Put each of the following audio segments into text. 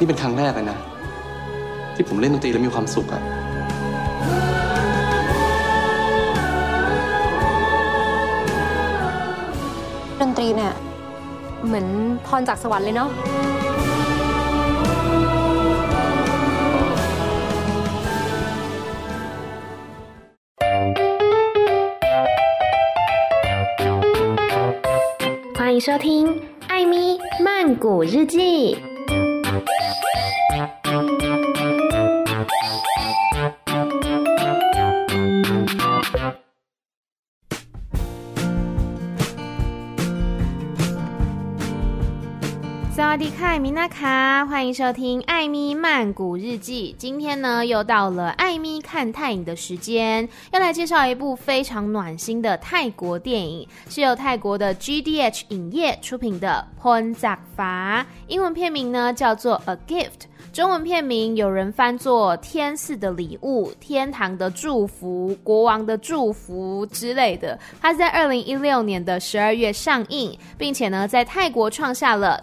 เป็นครั้งแรกเลยนะที่ผมเล่นดนตรีแล้วมีความสุขอะดนตรีเนี่ยเหมือนพรจากสวรรค์เลยเนาะ欢迎收听艾咪曼谷日记。萨瓦迪卡，米娜卡，欢迎收听艾咪曼谷日记。今天呢，又到了艾咪看泰影的时间，要来介绍一部非常暖心的泰国电影，是由泰国的 GDH 影业出品的《Phon Zak Fa》，英文片名呢叫做 A Gift。中文片名有人翻作天赐的礼物、天堂的祝福、国王的祝福之类的。它是在2016年的12月上映，并且呢在泰国创下了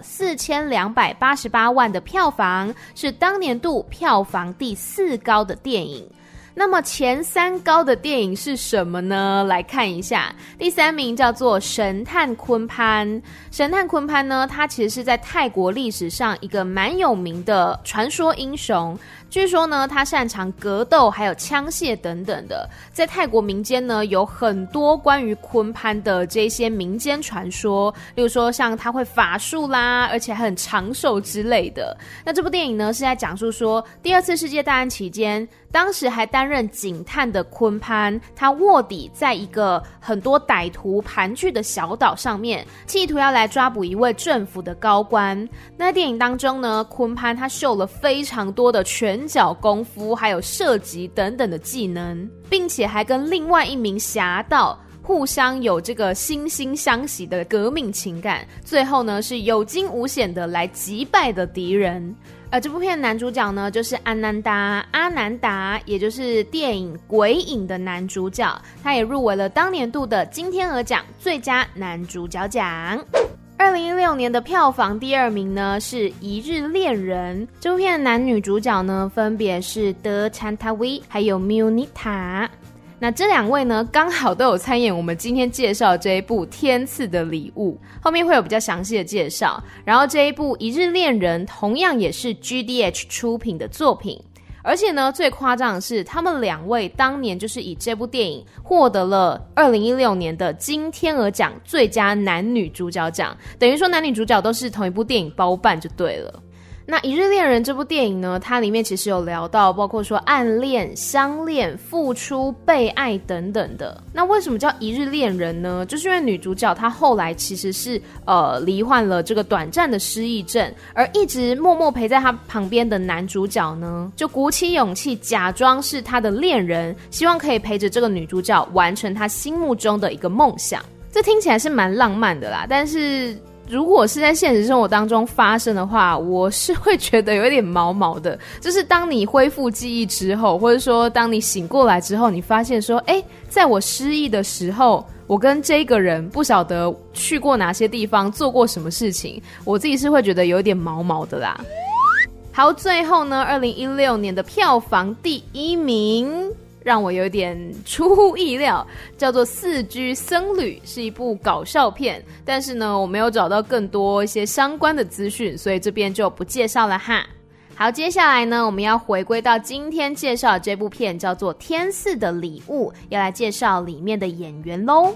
4288万的票房，是当年度票房第4高的电影。那么前3高的电影是什么呢？来看一下，第3名叫做神探昆潘。神探昆潘呢，他其实是在泰国历史上一个蛮有名的传说英雄。据说呢，他擅长格斗，还有枪械等等的。在泰国民间呢，有很多关于昆潘的这些民间传说，例如说像他会法术啦，而且还很长寿之类的。那这部电影呢，是在讲述说第2次世界大战期间，当时还担任警探的昆潘，他卧底在一个很多歹徒盘踞的小岛上面，企图要来抓捕一位政府的高官。那在电影当中呢，昆潘他秀了非常多的拳脚功夫，还有射击等等的技能，并且还跟另外一名侠盗互相有这个惺惺相惜的革命情感，最后呢是有惊无险的来击败的敌人。这部片的男主角呢就是阿南达，也就是电影《鬼影》的男主角，他也入围了当年度的金天鹅奖最佳男主角奖。2016年的票房第2名呢是《一日恋人》，这部片的男女主角呢分别是德찬타위还有 Munita。那这2位呢刚好都有参演我们今天介绍这一部天赐的礼物，后面会有比较详细的介绍。然后这一部一日恋人同样也是 GDH 出品的作品，而且呢最夸张的是他们2位当年就是以这部电影获得了2016年的金天鹅奖最佳男女主角奖，等于说男女主角都是同一部电影包办就对了。那《一日恋人》这部电影呢，它里面其实有聊到包括说暗恋、相恋、付出、被爱等等的。那为什么叫一日恋人呢？就是因为女主角她后来其实是罹患了这个短暂的失忆症，而一直默默陪在她旁边的男主角呢，就鼓起勇气假装是她的恋人，希望可以陪着这个女主角完成她心目中的一个梦想。这听起来是蛮浪漫的啦，但是如果是在现实生活当中发生的话，我是会觉得有点毛毛的。就是当你恢复记忆之后，或者说当你醒过来之后，你发现说在我失忆的时候，我跟这个人不晓得去过哪些地方，做过什么事情，我自己是会觉得有点毛毛的啦。好，最后呢2016年的票房第1名让我有点出乎意料，叫做《4居僧侣》，是一部搞笑片，但是呢我没有找到更多一些相关的资讯，所以这边就不介绍了哈。好，接下来呢我们要回归到今天介绍的这部片，叫做《天赐的礼物》，要来介绍里面的演员咯。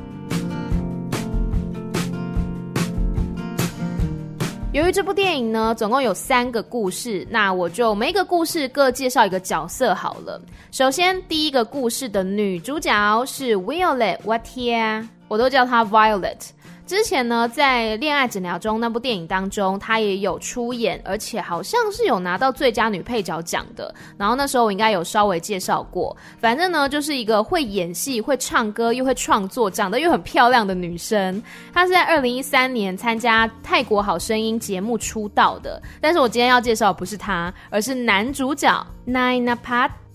由于这部电影呢总共有3个故事，那我就每一个故事各介绍一个角色好了。首先第一个故事的女主角是 Violet Watia， 我都叫她 Violet。之前呢在恋爱诊疗中那部电影当中她也有出演，而且好像是有拿到最佳女配角奖的，然后那时候我应该有稍微介绍过。反正呢就是一个会演戏、会唱歌又会创作、长得又很漂亮的女生。她是在2013年参加泰国好声音节目出道的，但是我今天要介绍的不是她，而是男主角 Nainapat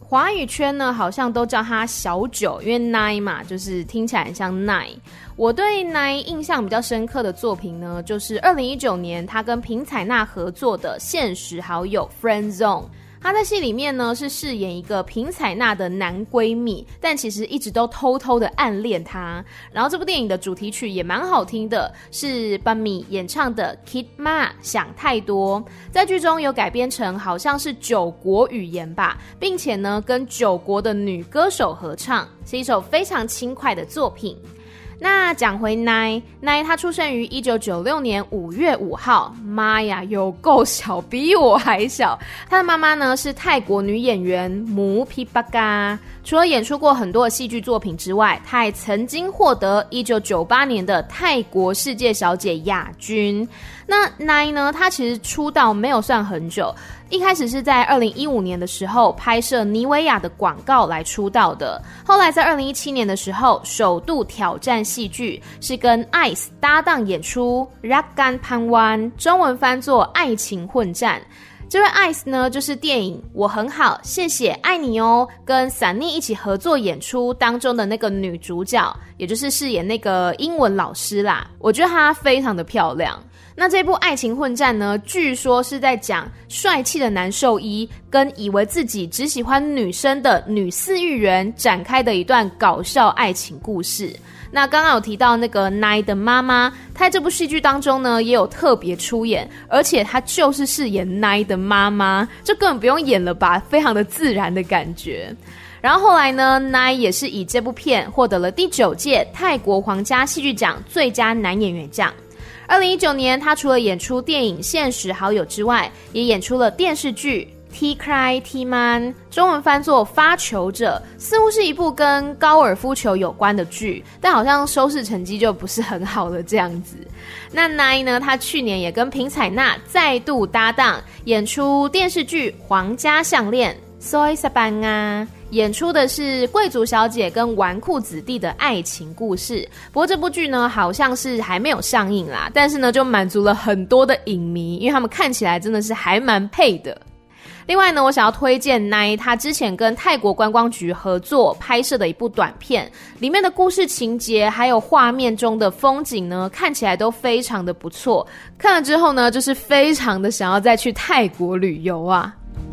华语圈呢好像都叫他小九，因为 Nine 嘛，就是听起来很像 Nine。我对 Nine 印象比较深刻的作品呢，就是2019年他跟平采娜合作的《现实好友 Friend Zone》。他在戏里面呢是饰演一个平采娜的男闺蜜，但其实一直都偷偷的暗恋她。然后这部电影的主题曲也蛮好听的，是 Bami 演唱的 Kid Ma 想太多，在剧中有改编成好像是9国语言吧，并且呢跟9国的女歌手合唱，是一首非常轻快的作品。那讲回 Nine 他出生于1996年5月5号，妈呀，有够小，比我还小。他的妈妈呢是泰国女演员姆皮巴嘎，除了演出过很多的戏剧作品之外，他还曾经获得1998年的泰国世界小姐亚军。那 Nine 呢，他其实出道没有算很久，一开始是在2015年的时候拍摄妮维雅的广告来出道的，后来在2017年的时候首度挑战戏剧，是跟 ICE 搭档演出 Rakan Panwan， 中文翻作爱情混战。这位 ICE 呢，就是电影《我很好，谢谢爱你哦》跟Sunny一起合作演出当中的那个女主角，也就是饰演那个英文老师啦。我觉得她非常的漂亮。那这部爱情混战呢，据说是在讲帅气的男兽医跟以为自己只喜欢女生的女饲育员展开的一段搞笑爱情故事。那刚刚有提到那个 Nine 的妈妈，她在这部戏剧当中呢也有特别出演，而且她就是饰演 Nine 的妈妈，就根本不用演了吧，非常的自然的感觉。然后后来呢 Nine 也是以这部片获得了第9届泰国皇家戏剧奖最佳男演员奖。2019年，他除了演出电影《现实好友》之外，也演出了电视剧《T Cry T Man》，中文翻作《发球者》，似乎是一部跟高尔夫球有关的剧，但好像收视成绩就不是很好的这样子。那 Nine 呢，他去年也跟平采娜再度搭档，演出电视剧《皇家项链》Soy Saban 啊，演出的是贵族小姐跟纨绔子弟的爱情故事。不过这部剧呢好像是还没有上映啦，但是呢就满足了很多的影迷，因为他们看起来真的是还蛮配的。另外呢，我想要推荐 Nine 他之前跟泰国观光局合作拍摄的一部短片，里面的故事情节还有画面中的风景呢，看起来都非常的不错。看了之后呢，就是非常的想要再去泰国旅游啊。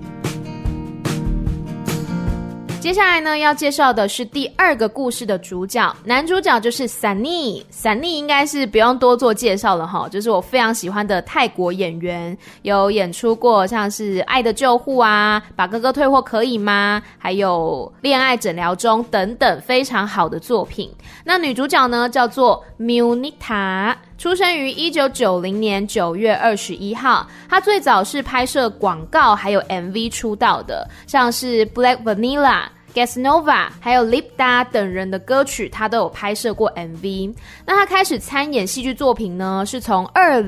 接下来呢，要介绍的是第2个故事的主角，男主角就是 Sunny 应该是不用多做介绍了齁，就是我非常喜欢的泰国演员，有演出过像是《爱的救护》啊，把哥哥退货可以吗，还有恋爱诊疗中等等非常好的作品。那女主角呢叫做 Munita，出生于1990年9月21号，她最早是拍摄广告还有 MV 出道的，像是 Black Vanilla、Gasnova 还有 Lipda 等人的歌曲她都有拍摄过 MV。 那她开始参演戏剧作品呢，是从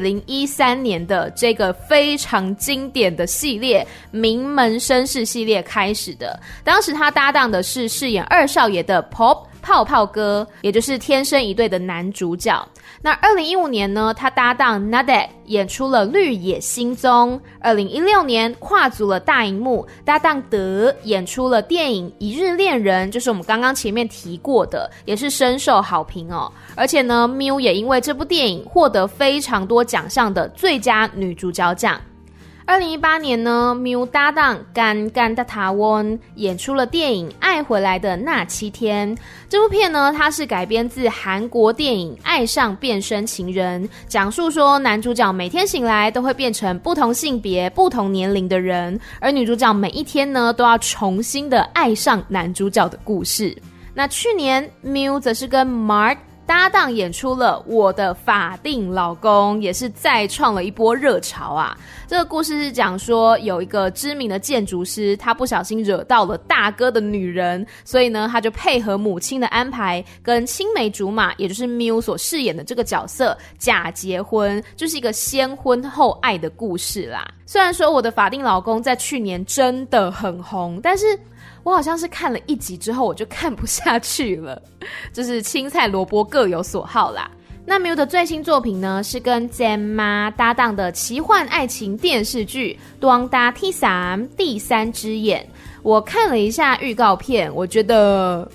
2013年的这个非常经典的系列名门绅士系列开始的。当时她搭档的是饰演2少爷的 Pop泡泡哥，也就是天生一对的男主角。那2015年呢，他搭档 Nadek 演出了《绿野仙踪》。2016年跨足了大荧幕，搭档德演出了电影《一日恋人》，就是我们刚刚前面提过的，也是深受好评哦。而且呢 Miu 也因为这部电影获得非常多奖项的最佳女主角奖。2018年呢 Miu 搭档甘达塔温演出了电影《爱回来的那7天》。这部片呢，它是改编自韩国电影《爱上变身情人》，讲述说男主角每天醒来都会变成不同性别、不同年龄的人，而女主角每一天呢都要重新的爱上男主角的故事。那去年 Miu 则是跟 Mark搭档演出了《我的法定老公》，也是再创了一波热潮啊。这个故事是讲说有一个知名的建筑师，他不小心惹到了大哥的女人，所以呢他就配合母亲的安排，跟青梅竹马也就是 Miu 所饰演的这个角色假结婚，就是一个先婚后爱的故事啦。虽然说《我的法定老公》在去年真的很红，但是我好像是看了1集之后我就看不下去了，就是青菜萝卜各有所好啦。 那 Miu 的最新作品呢，是跟 Zenma 搭档的奇幻爱情电视剧《Duang Da T3》第3只眼。我看了一下预告片，我觉得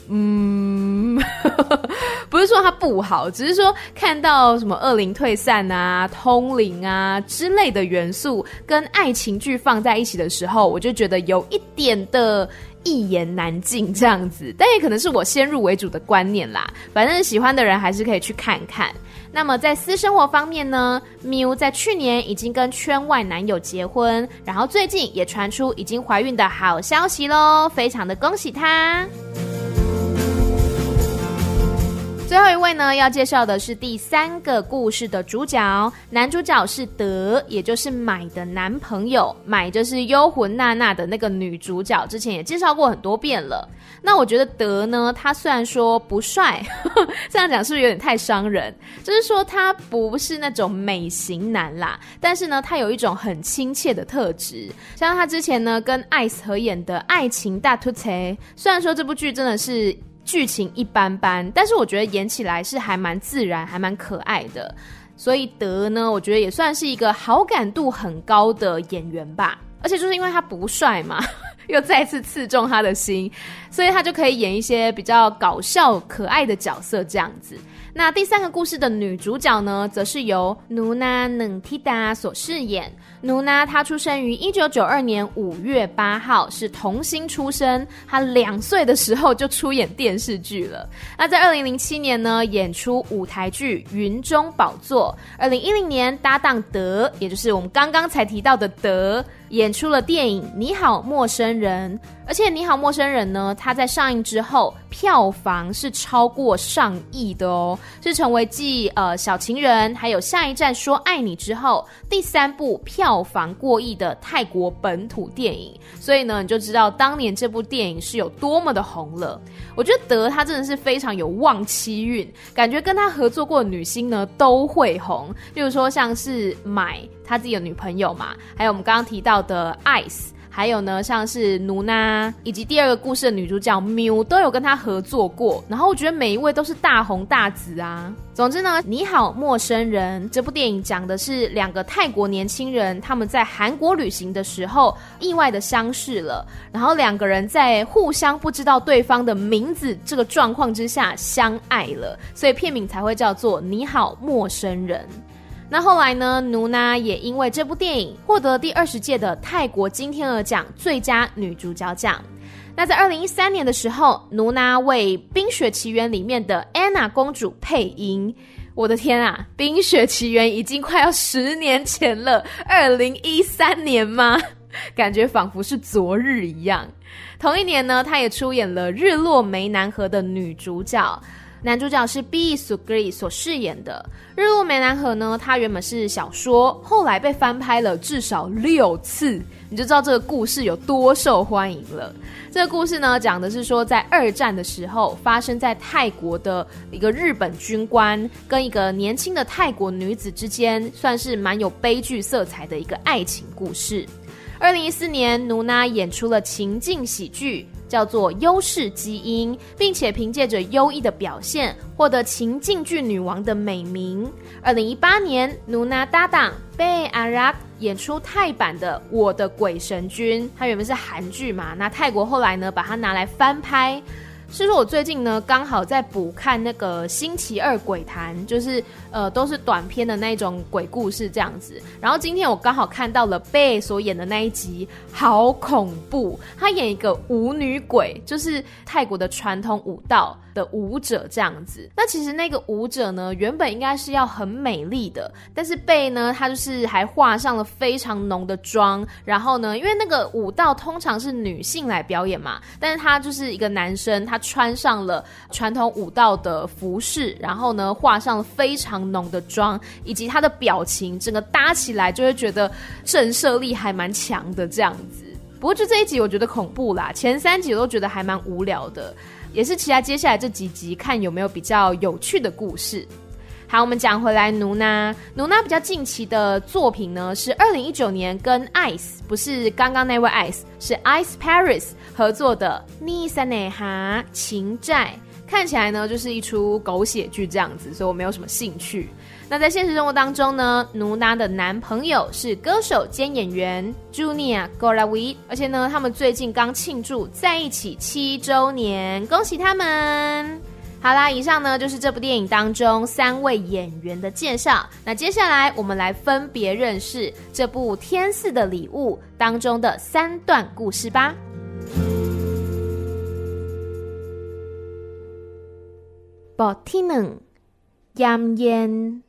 不是说它不好，只是说看到什么恶灵退散啊、通灵啊之类的元素跟爱情剧放在一起的时候，我就觉得有一点的一言难尽这样子，但也可能是我先入为主的观念啦，反正喜欢的人还是可以去看看。那么在私生活方面呢， Miu 在去年已经跟圈外男友结婚，然后最近也传出已经怀孕的好消息咯，非常的恭喜她。最后一位呢，要介绍的是第3个故事的主角，男主角是德，也就是买的男朋友，买就是幽魂娜娜的那个女主角，之前也介绍过很多遍了。那我觉得德呢，他虽然说不帅这样讲是不是有点太伤人，就是说他不是那种美型男啦，但是呢他有一种很亲切的特质，像他之前呢跟 ICE 合演的爱情大突切，虽然说这部剧真的是剧情一般般，但是我觉得演起来是还蛮自然还蛮可爱的，所以德呢我觉得也算是一个好感度很高的演员吧，而且就是因为他不帅嘛又再次刺中他的心，所以他就可以演一些比较搞笑可爱的角色这样子。那第3个故事的女主角呢，则是由 Nuna Nentida 所饰演。Nuna 她出生于1992年5月8号，是童星出身，她2岁的时候就出演电视剧了。那在2007年呢，演出舞台剧《云中宝座》，2010年搭档德，也就是我们刚刚才提到的德，演出了电影《你好陌生人》，而且《你好陌生人》呢，它在上映之后票房是超过上亿的哦，是成为继小情人还有下一站说爱你之后第3部票房过亿的泰国本土电影，所以呢你就知道当年这部电影是有多么的红了。我觉得德他真的是非常有旺妻运，感觉跟他合作过的女星呢都会红，例如说像是买他自己的女朋友嘛，还有我们刚刚提到的 ICE，还有呢像是努娜以及第2个故事的女主角 Miu 都有跟他合作过，然后我觉得每一位都是大红大紫啊。总之呢，你好陌生人这部电影讲的是2个泰国年轻人，他们在韩国旅行的时候意外的相识了，然后2个人在互相不知道对方的名字这个状况之下相爱了，所以片名才会叫做你好陌生人。那后来呢，努娜也因为这部电影获得第20届的泰国金天鹅奖最佳女主角奖。那在2013年的时候，努娜为《冰雪奇缘》里面的安娜公主配音。我的天啊，《冰雪奇缘》已经快要10年前了，2013年吗？感觉仿佛是昨日一样。同一年呢，她也出演了《日落湄南河》的女主角。男主角是 B. Sugri 所饰演的。日落湄南河呢，它原本是小说，后来被翻拍了至少6次，你就知道这个故事有多受欢迎了。这个故事呢，讲的是说在2战的时候，发生在泰国的一个日本军官跟一个年轻的泰国女子之间，算是蛮有悲剧色彩的一个爱情故事。2014年，努娜演出了情境喜剧，叫做《优势基因》，并且凭借着优异的表现，获得情境剧女王的美名。2018年，努娜搭档贝阿拉演出泰版的《我的鬼神君》，它原本是韩剧嘛，那泰国后来呢把它拿来翻拍。是说我最近呢刚好在补看那个星期二鬼谈，就是都是短篇的那种鬼故事这样子，然后今天我刚好看到了贝所演的那一集，好恐怖，他演一个舞女鬼，就是泰国的传统舞蹈的舞者这样子。那其实那个舞者呢原本应该是要很美丽的，但是贝呢他就是还画上了非常浓的妆，然后呢因为那个舞蹈通常是女性来表演嘛，但是他就是一个男生，他穿上了传统舞蹈的服饰，然后呢画上了非常浓的妆，以及他的表情整个搭起来就会觉得震慑力还蛮强的这样子。不过就这一集我觉得恐怖啦，前3集我都觉得还蛮无聊的，也是期待接下来这几集看有没有比较有趣的故事。好，我们讲回来，努娜比较近期的作品呢是2019年跟 ICE， 不是刚刚那位 ICE， 是 ICE Paris 合作的《尼萨内哈情债》， 看起来呢就是一出狗血剧这样子，所以我没有什么兴趣。那在现实生活当中呢，努娜的男朋友是歌手兼演员 Junior Gorawit， 而且呢他们最近刚庆祝在一起7周年，恭喜他们。好啦，以上呢就是这部电影当中3位演员的介绍。那接下来我们来分别认识这部《天赐的礼物》当中的3段故事吧。部第2，宴宴。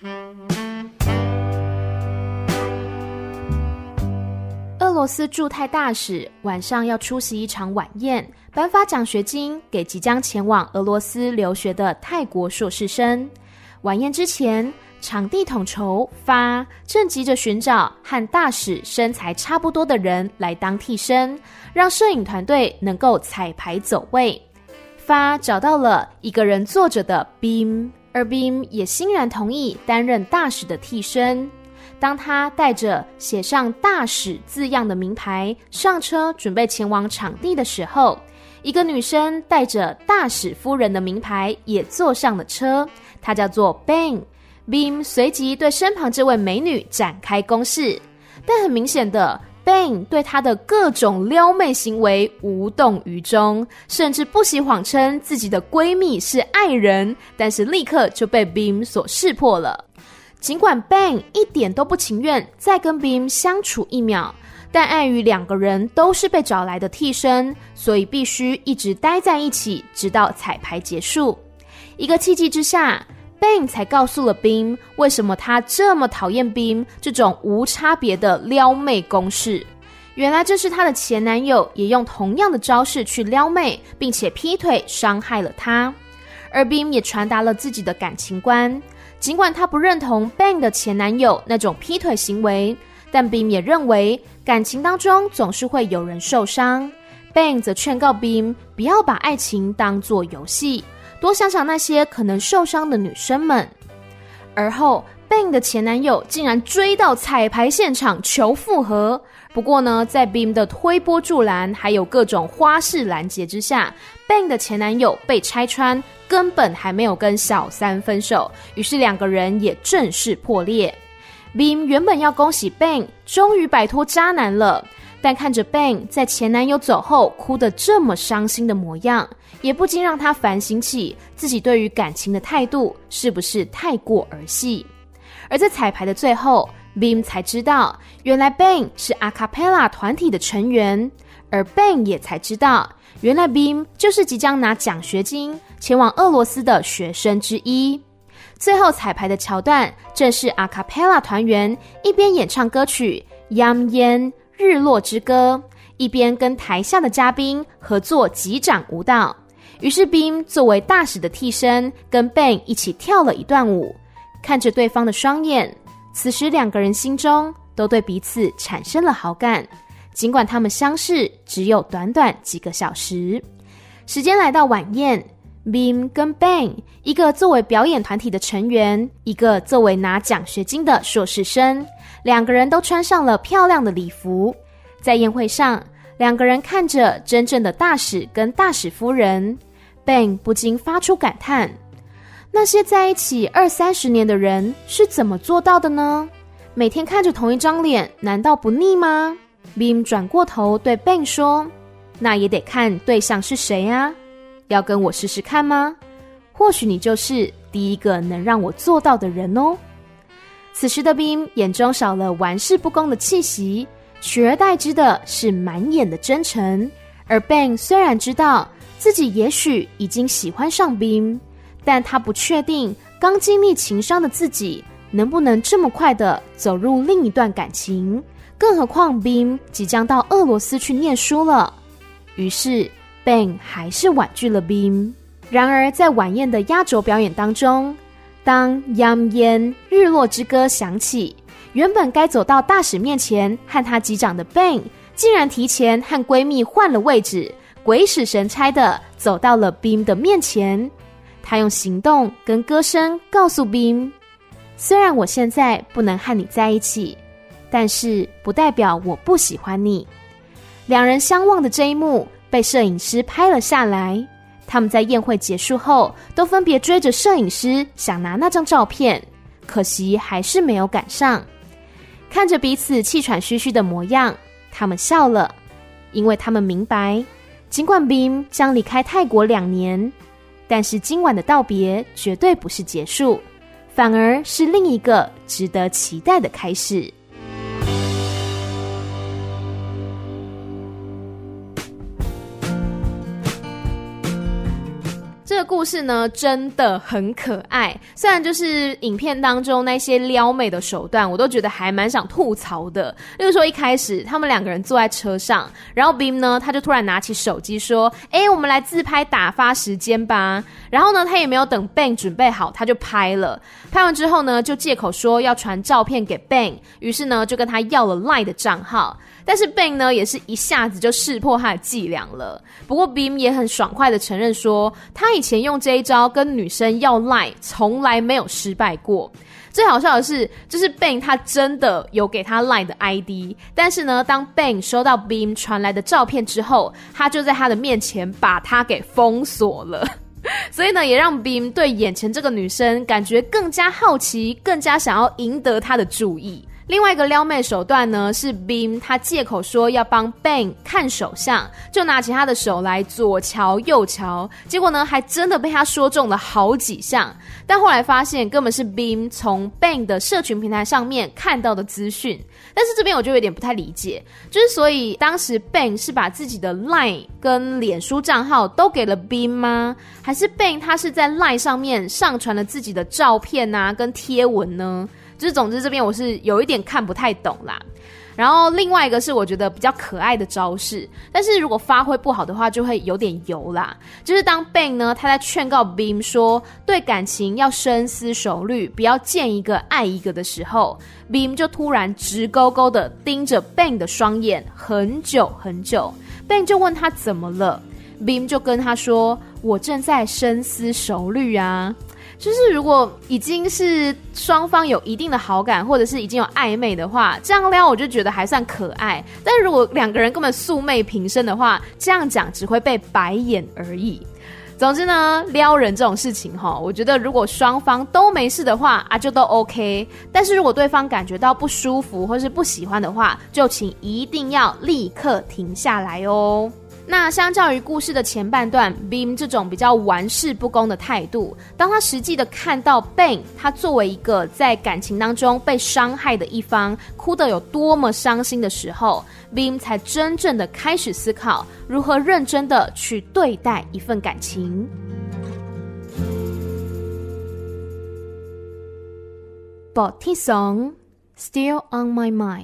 俄罗斯驻泰大使晚上要出席一场晚宴，颁发奖学金给即将前往俄罗斯留学的泰国硕士生。晚宴之前，场地统筹发正急着寻找和大使身材差不多的人来当替身，让摄影团队能够彩排走位。发找到了一个人坐着的 Beam， 而 Beam 也欣然同意担任大使的替身。当他带着写上大使字样的名牌上车准备前往场地的时候，一个女生带着大使夫人的名牌也坐上了车，她叫做 Bang。Beam 随即对身旁这位美女展开攻势，但很明显的Bang 对她的各种撩妹行为无动于衷，甚至不惜谎称自己的闺蜜是爱人，但是立刻就被 Beam 所识破了。尽管 Bang 一点都不情愿再跟 Beam 相处1秒，但碍于2个人都是被找来的替身，所以必须一直待在一起，直到彩排结束。一个契机之下， Bang 才告诉了 Beam 为什么他这么讨厌 Beam 这种无差别的撩妹攻势。原来这是他的前男友也用同样的招式去撩妹，并且劈腿伤害了他。而 Beam 也传达了自己的感情观，尽管他不认同 Bang 的前男友那种劈腿行为，但 Beam 也认为感情当中总是会有人受伤。 Bang 则劝告 Beam 不要把爱情当作游戏，多想想那些可能受伤的女生们。而后 Bang 的前男友竟然追到彩排现场求复合，不过呢，在 Beam 的推波助澜还有各种花式拦截之下， Bang 的前男友被拆穿根本还没有跟小三分手，于是2个人也正式破裂。 Beam 原本要恭喜 Bang 终于摆脱渣男了，但看着 Bang 在前男友走后哭得这么伤心的模样，也不禁让他反省起自己对于感情的态度是不是太过儿戏。而在彩排的最后， Beam 才知道原来 Bang 是 A Cappella 团体的成员，而 Bang 也才知道原来 Beam 就是即将拿奖学金前往俄罗斯的学生之一。最后彩排的桥段正是 A Cappella 团员一边演唱歌曲 Yam Yen 日落之歌，一边跟台下的嘉宾合作击掌舞蹈。于是 Beam 作为大使的替身跟 Bang 一起跳了一段舞，看着对方的双眼，此时2个人心中都对彼此产生了好感，尽管他们相识只有短短几个小时。时间来到晚宴， Beam 跟 Bang 一个作为表演团体的成员，一个作为拿奖学金的硕士生，2个人都穿上了漂亮的礼服。在宴会上，2个人看着真正的大使跟大使夫人， Bang 不禁发出感叹，那些在一起20-30年的人是怎么做到的呢？每天看着同一张脸，难道不腻吗？ Beam 转过头对 Bang 说，那也得看对象是谁啊，要跟我试试看吗？或许你就是第一个能让我做到的人哦。此时的 Beam 眼中少了玩世不恭的气息，取而代之的是满眼的真诚。而 Bang 虽然知道自己也许已经喜欢上 Beam， 但他不确定刚经历情伤的自己能不能这么快的走入另一段感情，更何况 Beam 即将到俄罗斯去念书了。于是 Bang 还是婉拒了 Beam。 然而在晚宴的压轴表演当中，当 Yam Yen 日落之歌响起，原本该走到大使面前和他击掌的 Bang 竟然提前和闺蜜换了位置，鬼使神差的走到了 Beam 的面前。他用行动跟歌声告诉 Beam， 虽然我现在不能和你在一起，但是不代表我不喜欢你。2人相望的这一幕被摄影师拍了下来， 他们在宴会结束后都分别追着摄影师想拿那张照片，可惜还是没有赶上。看着彼此气喘吁吁的模样，他们笑了，因为他们明白，尽管 Bim 将离开泰国2年，但是今晚的道别绝对不是结束，反而是另一个值得期待的开始。这个故事呢真的很可爱，虽然就是影片当中那些撩妹的手段我都觉得还蛮想吐槽的。例如说一开始他们2个人坐在车上，然后 Bim 呢他就突然拿起手机说我们来自拍打发时间吧，然后呢他也没有等 Bang 准备好他就拍了，拍完之后呢就借口说要传照片给 Bang， 于是呢就跟他要了 LINE 的账号，但是 Bang 呢也是一下子就识破他的伎俩了。不过 Bim 也很爽快的承认说他以前用这一招跟女生要 LINE 从来没有失败过。最好笑的是，就是 Bang 他真的有给他 LINE 的 ID， 但是呢当 Bang 收到 Bim 传来的照片之后，他就在他的面前把他给封锁了。所以呢也让 Bim 对眼前这个女生感觉更加好奇，更加想要赢得她的注意。另外一个撩妹手段呢是 Bim 他借口说要帮 Bang 看手相，就拿起他的手来左瞧右瞧，结果呢还真的被他说中了好几项，但后来发现根本是 Bim 从 Bang 的社群平台上面看到的资讯。但是这边我就有点不太理解，就是所以当时 Bang 是把自己的 LINE 跟脸书账号都给了 Bim 吗？还是 Bang 他是在 LINE 上面上传了自己的照片啊跟贴文呢？就是总之这边我是有一点看不太懂啦。然后另外一个是我觉得比较可爱的招式，但是如果发挥不好的话就会有点油啦。就是当 Bang 呢他在劝告 Bim 说对感情要深思熟虑，不要见一个爱一个的时候， Bim 就突然直勾勾的盯着 Bang 的双眼很久很久。 Bang 就问他怎么了， Bim 就跟他说我正在深思熟虑啊。就是如果已经是双方有一定的好感，或者是已经有暧昧的话，这样撩我就觉得还算可爱。但是如果2个人根本素昧平生的话，这样讲只会被白眼而已。总之呢，撩人这种事情我觉得如果双方都没事的话就都 OK， 但是如果对方感觉到不舒服或是不喜欢的话，就请一定要立刻停下来哦。那相较于故事的前半段 Bim 这种比较玩世不恭的态度，当他实际的看到 Bang 他作为一个在感情当中被伤害的一方哭得有多么伤心的时候， Bim 才真正的开始思考如何认真的去对待一份感情。Body Song Still on my mind。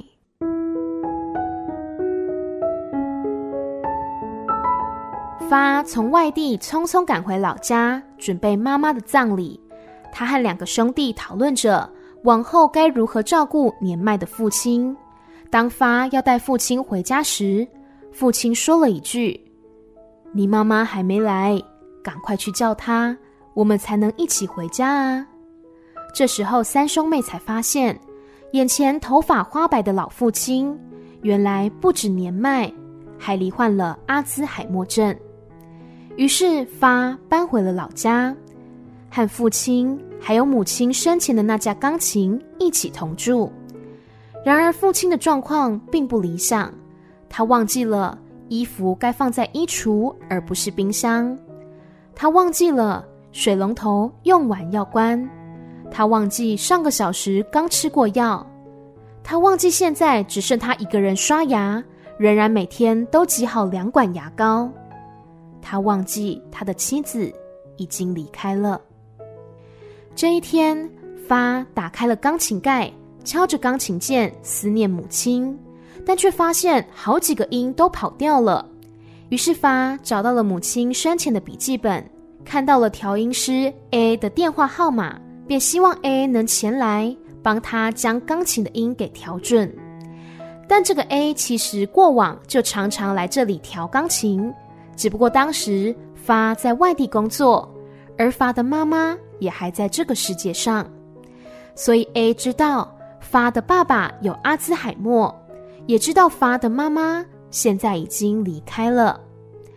发从外地匆匆赶回老家，准备妈妈的葬礼。他和2个兄弟讨论着往后该如何照顾年迈的父亲。当发要带父亲回家时，父亲说了一句：你妈妈还没来，赶快去叫她，我们才能一起回家啊。这时候3兄妹才发现，眼前头发花白的老父亲原来不止年迈，还罹患了阿兹海默症。于是发搬回了老家，和父亲还有母亲生前的那架钢琴一起同住。然而父亲的状况并不理想，他忘记了衣服该放在衣橱而不是冰箱，他忘记了水龙头用完要关，他忘记上个小时刚吃过药，他忘记现在只剩他一个人刷牙，仍然每天都挤好2管牙膏。他忘记他的妻子已经离开了。这一天，发打开了钢琴盖，敲着钢琴键思念母亲，但却发现好几个音都跑掉了。于是发找到了母亲生前的笔记本，看到了调音师 A 的电话号码，便希望 A 能前来帮他将钢琴的音给调准。但这个 A 其实过往就常常来这里调钢琴，只不过当时发在外地工作，而发的妈妈也还在这个世界上，所以 A 知道发的爸爸有阿兹海默，也知道发的妈妈现在已经离开了。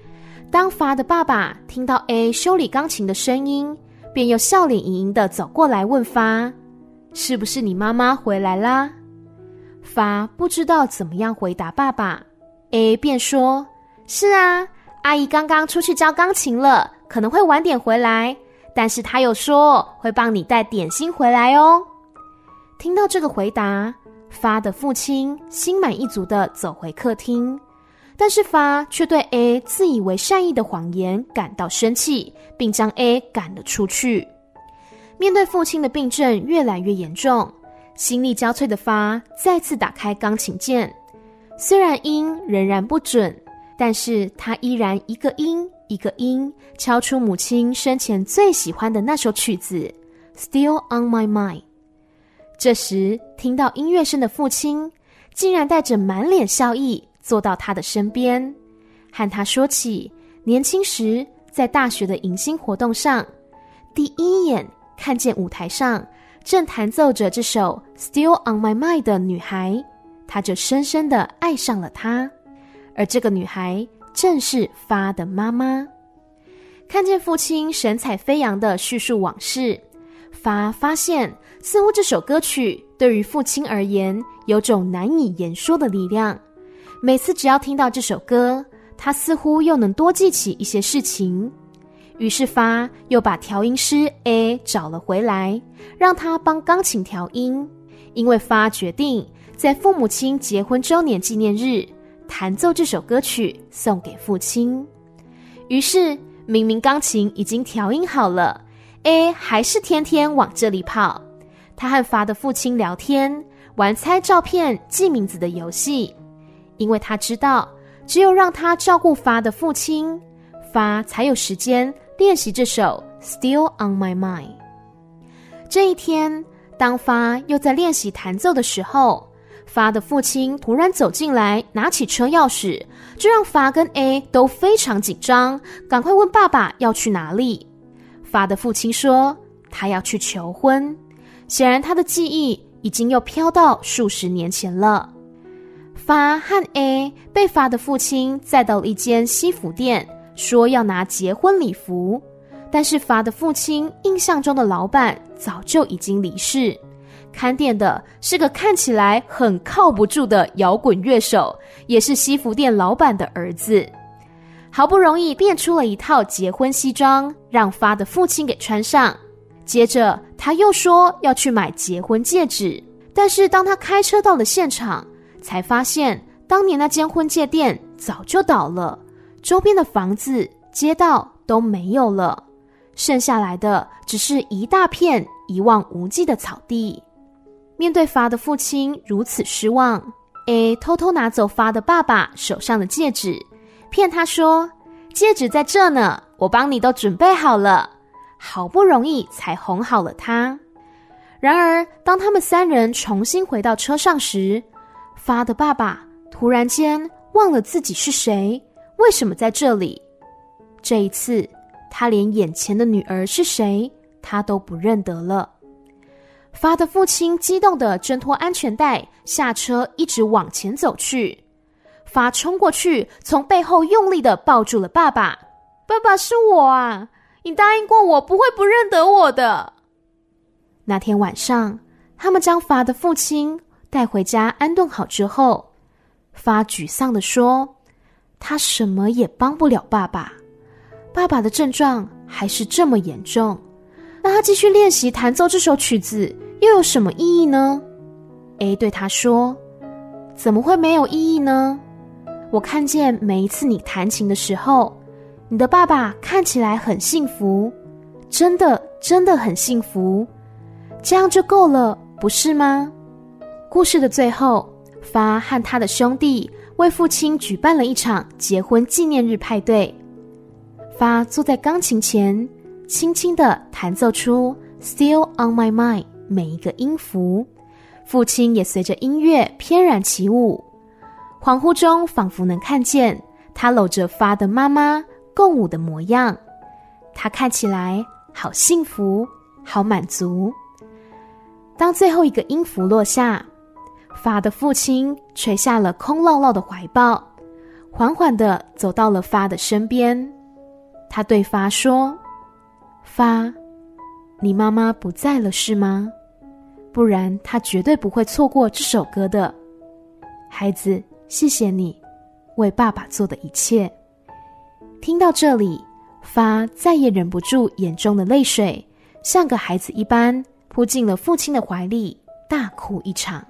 当发的爸爸听到 A 修理钢琴的声音，便又笑脸盈盈地走过来问发，是不是你妈妈回来啦？发不知道怎么样回答爸爸， A 便说，是啊，阿姨刚刚出去教钢琴了，可能会晚点回来，但是她有说会帮你带点心回来哦。听到这个回答，发的父亲心满意足地走回客厅，但是发却对 A 自以为善意的谎言感到生气，并将 A 赶了出去。面对父亲的病症越来越严重，心力交瘁的发再次打开钢琴键，虽然音仍然不准，但是他依然一个音一个音敲出母亲生前最喜欢的那首曲子 Still on my mind。 这时听到音乐声的父亲竟然带着满脸笑意坐到他的身边，和他说起年轻时在大学的迎新活动上，第一眼看见舞台上正弹奏着这首 Still on my mind 的女孩，他就深深地爱上了她，而这个女孩正是发的妈妈。看见父亲神采飞扬地叙述往事，发现似乎这首歌曲对于父亲而言有种难以言说的力量，每次只要听到这首歌，他似乎又能多记起一些事情。于是发又把调音师 A 找了回来，让他帮钢琴调音，因为发决定在父母亲结婚周年纪念日弹奏这首歌曲送给父亲。于是明明钢琴已经调音好了， A 还是天天往这里跑。他和发的父亲聊天，玩猜照片记名字的游戏，因为他知道只有让他照顾发的父亲，发才有时间练习这首 Still on my mind。 这一天，当发又在练习弹奏的时候，发的父亲突然走进来，拿起车钥匙，这让发跟 A 都非常紧张，赶快问爸爸要去哪里。发的父亲说他要去求婚，显然他的记忆已经又飘到数十年前了。发和 A 被发的父亲载到了一间西服店，说要拿结婚礼服，但是发的父亲印象中的老板早就已经离世，看店的是个看起来很靠不住的摇滚乐手，也是西服店老板的儿子。好不容易变出了一套结婚西装，让发的父亲给穿上，接着他又说要去买结婚戒指，但是当他开车到了现场，才发现当年那间婚戒店早就倒了，周边的房子街道都没有了，剩下来的只是一大片一望无际的草地。面对发的父亲如此失望， A 偷偷拿走发的爸爸手上的戒指，骗他说戒指在这呢，我帮你都准备好了，好不容易才哄好了他。然而当他们三人重新回到车上时，发的爸爸突然间忘了自己是谁，为什么在这里。这一次他连眼前的女儿是谁他都不认得了。发的父亲激动地挣脱安全带，下车一直往前走去。发冲过去，从背后用力地抱住了爸爸。爸爸，是我啊，你答应过我不会不认得我的。那天晚上，他们将发的父亲带回家安顿好之后，发沮丧地说，他什么也帮不了爸爸，爸爸的症状还是这么严重，那他继续练习弹奏这首曲子又有什么意义呢？ A 对他说，怎么会没有意义呢？我看见每一次你弹琴的时候，你的爸爸看起来很幸福，真的很幸福，这样就够了，不是吗？故事的最后，发和他的兄弟为父亲举办了一场结婚纪念日派对。发坐在钢琴前，轻轻地弹奏出 Still on my mind 每一个音符，父亲也随着音乐翩然起舞。恍惚中仿佛能看见他搂着发的妈妈共舞的模样，他看起来好幸福，好满足。当最后一个音符落下，发的父亲垂下了空落落的怀抱，缓缓地走到了发的身边。 他对发说：发，你妈妈不在了是吗？不然她绝对不会错过这首歌的。孩子，谢谢你为爸爸做的一切。听到这里，发再也忍不住眼中的泪水，像个孩子一般扑进了父亲的怀里，大哭一场。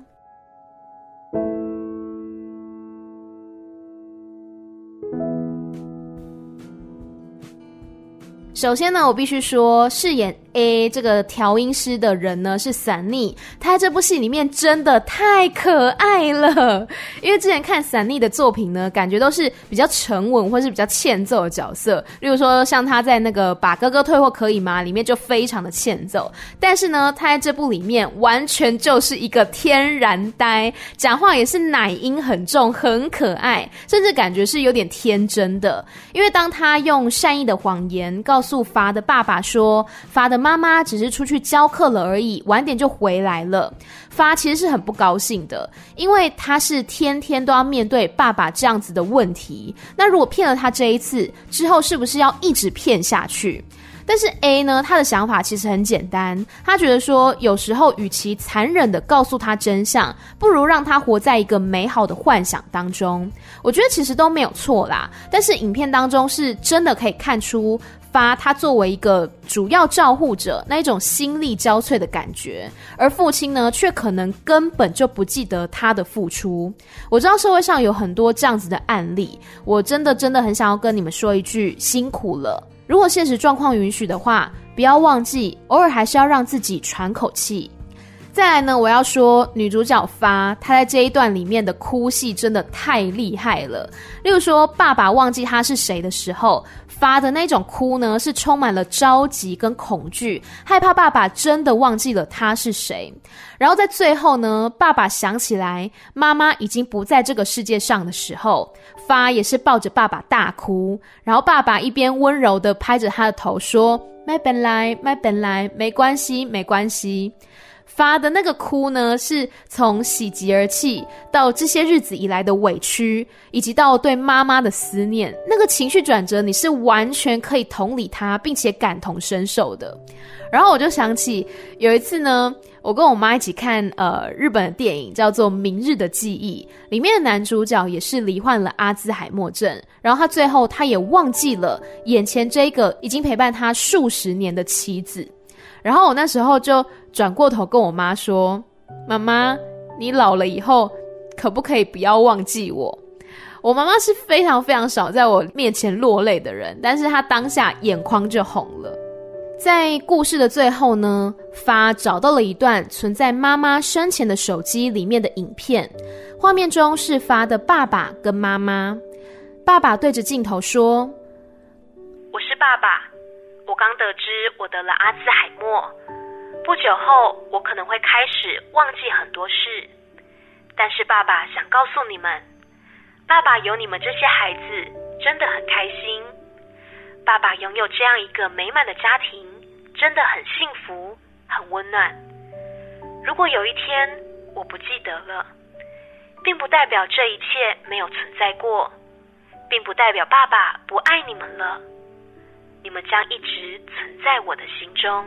首先呢，我必须说，饰演 A 这个调音师的人呢是Sunny，他在这部戏里面真的太可爱了。因为之前看Sunny的作品呢，感觉都是比较沉稳或是比较欠揍的角色，例如说像他在那个把哥哥退货可以吗里面就非常的欠揍，但是呢，他在这部里面完全就是一个天然呆，讲话也是奶音很重，很可爱，甚至感觉是有点天真的。因为当他用善意的谎言告诉发的爸爸说，发的妈妈只是出去教课了而已，晚点就回来了。发其实是很不高兴的，因为他是天天都要面对爸爸这样子的问题，那如果骗了他这一次之后，是不是要一直骗下去？但是 A 呢，他的想法其实很简单，他觉得说有时候与其残忍的告诉他真相，不如让他活在一个美好的幻想当中。我觉得其实都没有错啦，但是影片当中是真的可以看出发他作为一个主要照护者那一种心力交瘁的感觉，而父亲呢却可能根本就不记得他的付出。我知道社会上有很多这样子的案例，我真的很想要跟你们说一句辛苦了。如果现实状况允许的话，不要忘记偶尔还是要让自己喘口气。再来呢，我要说女主角发，她在这一段里面的哭戏真的太厉害了。例如说爸爸忘记他是谁的时候，发的那种哭呢是充满了着急跟恐惧，害怕爸爸真的忘记了他是谁。然后在最后呢，爸爸想起来妈妈已经不在这个世界上的时候，发也是抱着爸爸大哭，然后爸爸一边温柔的拍着他的头说没本来没关系没关系。发的那个哭呢，是从喜极而泣到这些日子以来的委屈，以及到对妈妈的思念，那个情绪转折你是完全可以同理他并且感同身受的。然后我就想起有一次呢，我跟我妈一起看日本的电影叫做《明日的记忆》，里面的男主角也是罹患了阿兹海默症，然后他最后他也忘记了眼前这个已经陪伴他数十年的妻子。然后我那时候就转过头跟我妈说，妈妈，你老了以后可不可以不要忘记我？我妈妈是非常非常少在我面前落泪的人，但是她当下眼眶就红了。在故事的最后呢，发找到了一段存在妈妈生前的手机里面的影片，画面中是发的爸爸跟妈妈。爸爸对着镜头说， 我是爸爸，我刚得知我得了阿兹海默，不久后我可能会开始忘记很多事，但是爸爸想告诉你们，爸爸有你们这些孩子真的很开心，爸爸拥有这样一个美满的家庭真的很幸福很温暖。如果有一天我不记得了，并不代表这一切没有存在过，并不代表爸爸不爱你们了，你们将一直存在我的心中。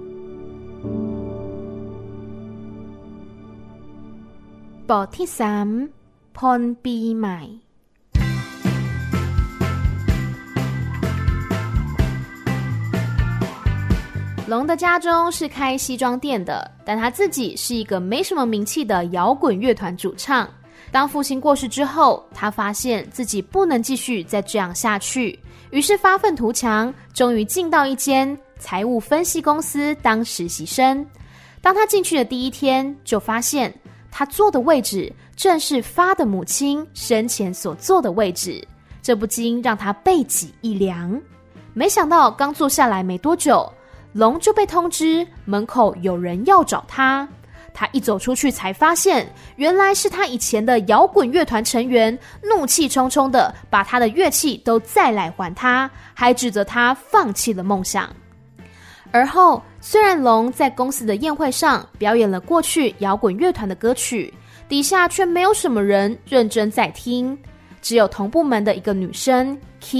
บทที่3 พรปีใหม่龙的家中是开西装店的，但他自己是一个没什么名气的摇滚乐团主唱。当父亲过世之后，他发现自己不能继续再这样下去，于是发愤图强，终于进到一间财务分析公司当实习生。当他进去的第一天，就发现他坐的位置正是发的母亲生前所坐的位置，这不禁让他背脊一凉。没想到刚坐下来没多久，龙就被通知门口有人要找他。他一走出去才发现，原来是他以前的摇滚乐团成员，怒气冲冲的把他的乐器都再来还他，还指责他放弃了梦想。而后虽然龙在公司的宴会上表演了过去摇滚乐团的歌曲，底下却没有什么人认真在听，只有同部门的一个女生 Kim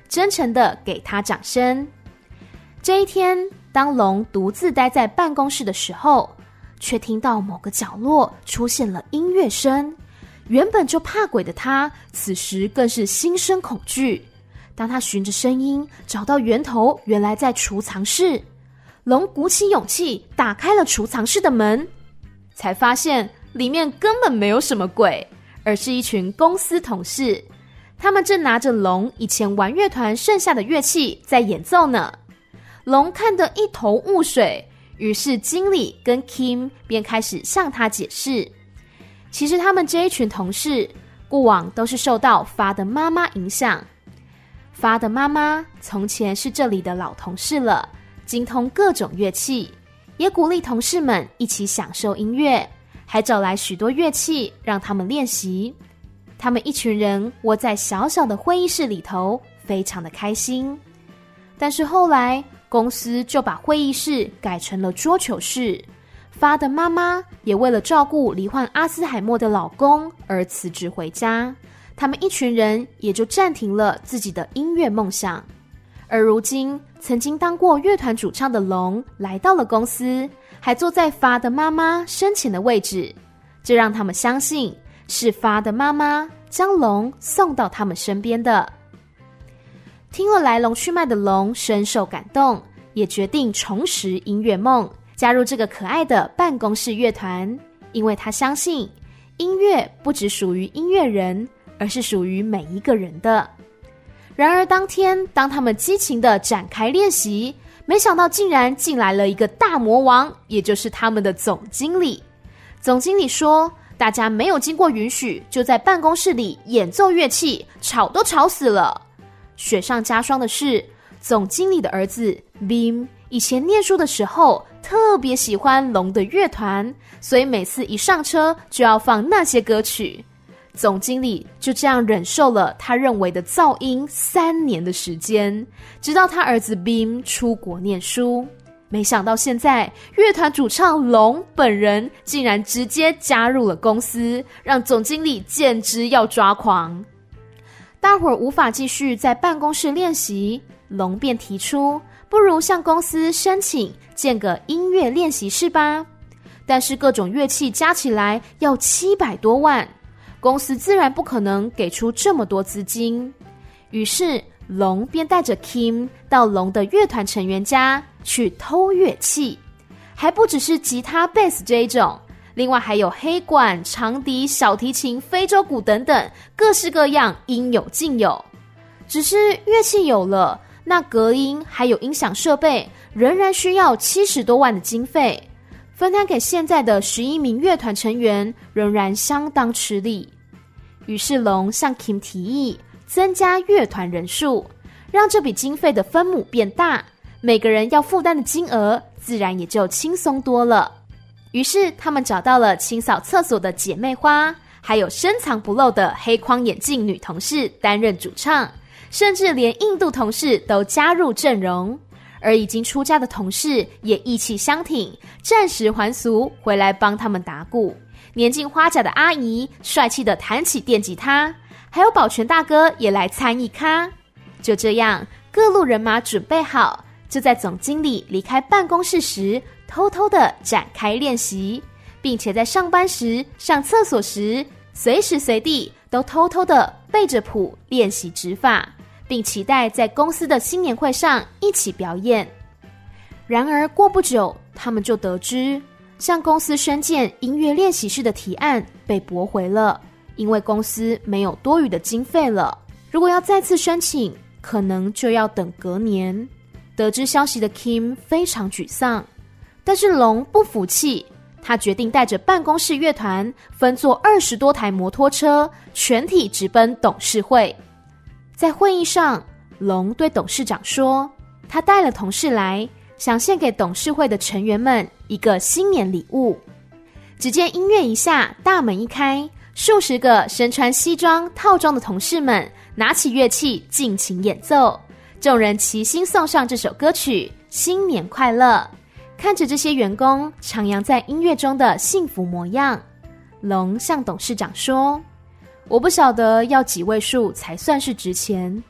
真诚地给他掌声。这一天，当龙独自待在办公室的时候，却听到某个角落出现了音乐声。原本就怕鬼的他，此时更是心生恐惧。当他循着声音找到源头，原来在储藏室。龙鼓起勇气打开了储藏室的门，才发现里面根本没有什么鬼，而是一群公司同事。他们正拿着龙以前玩乐团剩下的乐器在演奏呢。龙看得一头雾水，于是经理跟 Kim 便开始向他解释，其实他们这一群同事过往都是受到发的妈妈影响。发的妈妈从前是这里的老同事了，精通各种乐器，也鼓励同事们一起享受音乐，还找来许多乐器让他们练习。他们一群人窝在小小的会议室里头，非常的开心。但是后来公司就把会议室改成了桌球室，发的妈妈也为了照顾罹患阿兹海默的老公而辞职回家，他们一群人也就暂停了自己的音乐梦想。而如今曾经当过乐团主唱的龙来到了公司，还坐在发的妈妈生前的位置，这让他们相信是发的妈妈将龙送到他们身边的。听了来龙去脉的龙深受感动，也决定重拾音乐梦，加入这个可爱的办公室乐团，因为他相信音乐不只属于音乐人，而是属于每一个人的。然而当天当他们激情地展开练习，没想到竟然进来了一个大魔王，也就是他们的总经理。总经理说，大家没有经过允许就在办公室里演奏乐器，吵都吵死了。雪上加霜的是，总经理的儿子 Bim 以前念书的时候特别喜欢龙的乐团，所以每次一上车就要放那些歌曲。总经理就这样忍受了他认为的噪音3年的时间，直到他儿子 Bim 出国念书。没想到现在乐团主唱龙本人竟然直接加入了公司，让总经理简直要抓狂。大伙儿无法继续在办公室练习，龙便提出不如向公司申请建个音乐练习室吧。但是各种乐器加起来要700多万，公司自然不可能给出这么多资金。于是龙便带着 Kim 到龙的乐团成员家去偷乐器，还不只是吉他、贝斯这一种，另外还有黑管、长笛、小提琴、非洲鼓等等，各式各样，应有尽有。只是乐器有了，那隔音还有音响设备仍然需要70多万的经费，分摊给现在的11名乐团成员仍然相当吃力。于是龙向 Kim 提议增加乐团人数，让这笔经费的分母变大，每个人要负担的金额自然也就轻松多了。于是他们找到了清扫厕所的姐妹花，还有深藏不露的黑框眼镜女同事担任主唱，甚至连印度同事都加入阵容。而已经出家的同事也义气相挺，暂时还俗回来帮他们打鼓。年近花甲的阿姨帅气地弹起电吉他，还有保全大哥也来参一咖。就这样，各路人马准备好，就在总经理离开办公室时偷偷地展开练习，并且在上班时、上厕所时，随时随地都偷偷地背着谱练习指法，并期待在公司的新年会上一起表演。然而过不久，他们就得知向公司申建音乐练习室的提案被驳回了，因为公司没有多余的经费了。如果要再次申请，可能就要等隔年。得知消息的 Kim 非常沮丧，但是龙不服气，他决定带着办公室乐团分坐20多台摩托车，全体直奔董事会。在会议上，龙对董事长说，他带了同事来，想献给董事会的成员们一个新年礼物。只见音乐一下，大门一开，数十个身穿西装套装的同事们拿起乐器尽情演奏，众人齐心送上这首歌曲，新年快乐。看着这些员工徜徉在音乐中的幸福模样，龙向董事长说，我不晓得要几位数才算是值钱，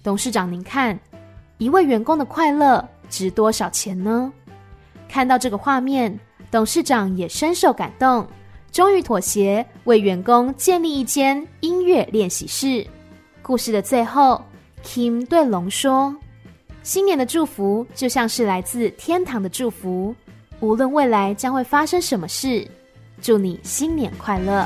董事长您看，一位员工的快乐值多少钱呢？看到这个画面，董事长也深受感动，终于妥协，为员工建立一间音乐练习室。故事的最后， Kim 对龙说，新年的祝福就像是来自天堂的祝福，无论未来将会发生什么事，祝你新年快乐。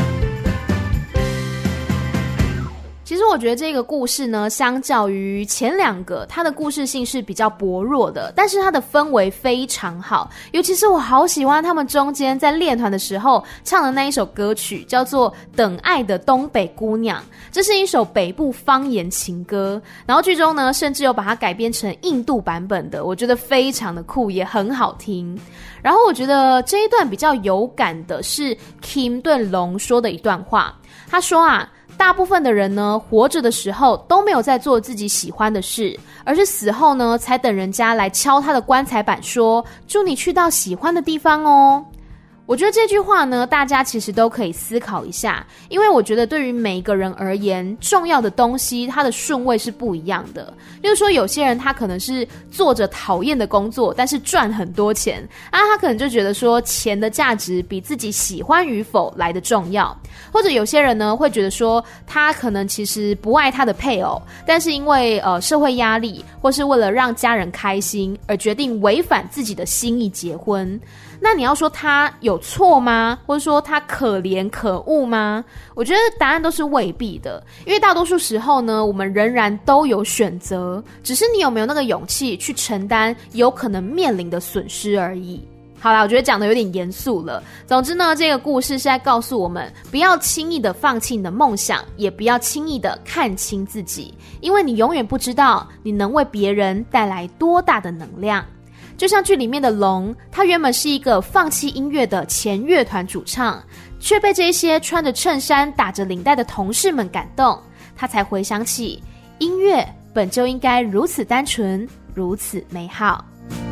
其实我觉得这个故事呢，相较于前两个，它的故事性是比较薄弱的，但是它的氛围非常好，尤其是我好喜欢他们中间在练团的时候唱的那一首歌曲，叫做《等爱的东北姑娘》，这是一首北部方言情歌，然后剧中呢甚至有把它改编成印度版本的，我觉得非常的酷，也很好听。然后我觉得这一段比较有感的是 Kim 对龙说的一段话，他说啊，大部分的人呢，活着的时候都没有在做自己喜欢的事，而是死后呢，才等人家来敲他的棺材板说，祝你去到喜欢的地方哦。我觉得这句话呢，大家其实都可以思考一下，因为我觉得对于每一个人而言，重要的东西它的顺位是不一样的。例如说，有些人他可能是做着讨厌的工作，但是赚很多钱啊，他可能就觉得说钱的价值比自己喜欢与否来得重要。或者有些人呢，会觉得说他可能其实不爱他的配偶，但是因为社会压力，或是为了让家人开心，而决定违反自己的心意结婚。那你要说他有错吗？或者说他可怜可恶吗？我觉得答案都是未必的，因为大多数时候呢，我们仍然都有选择，只是你有没有那个勇气去承担有可能面临的损失而已。好啦，我觉得讲得有点严肃了。总之呢，这个故事是在告诉我们，不要轻易的放弃你的梦想，也不要轻易的看清自己，因为你永远不知道你能为别人带来多大的能量。就像剧里面的龙，他原本是一个放弃音乐的前乐团主唱，却被这些穿着衬衫打着领带的同事们感动，他才回想起音乐本就应该如此单纯，如此美好。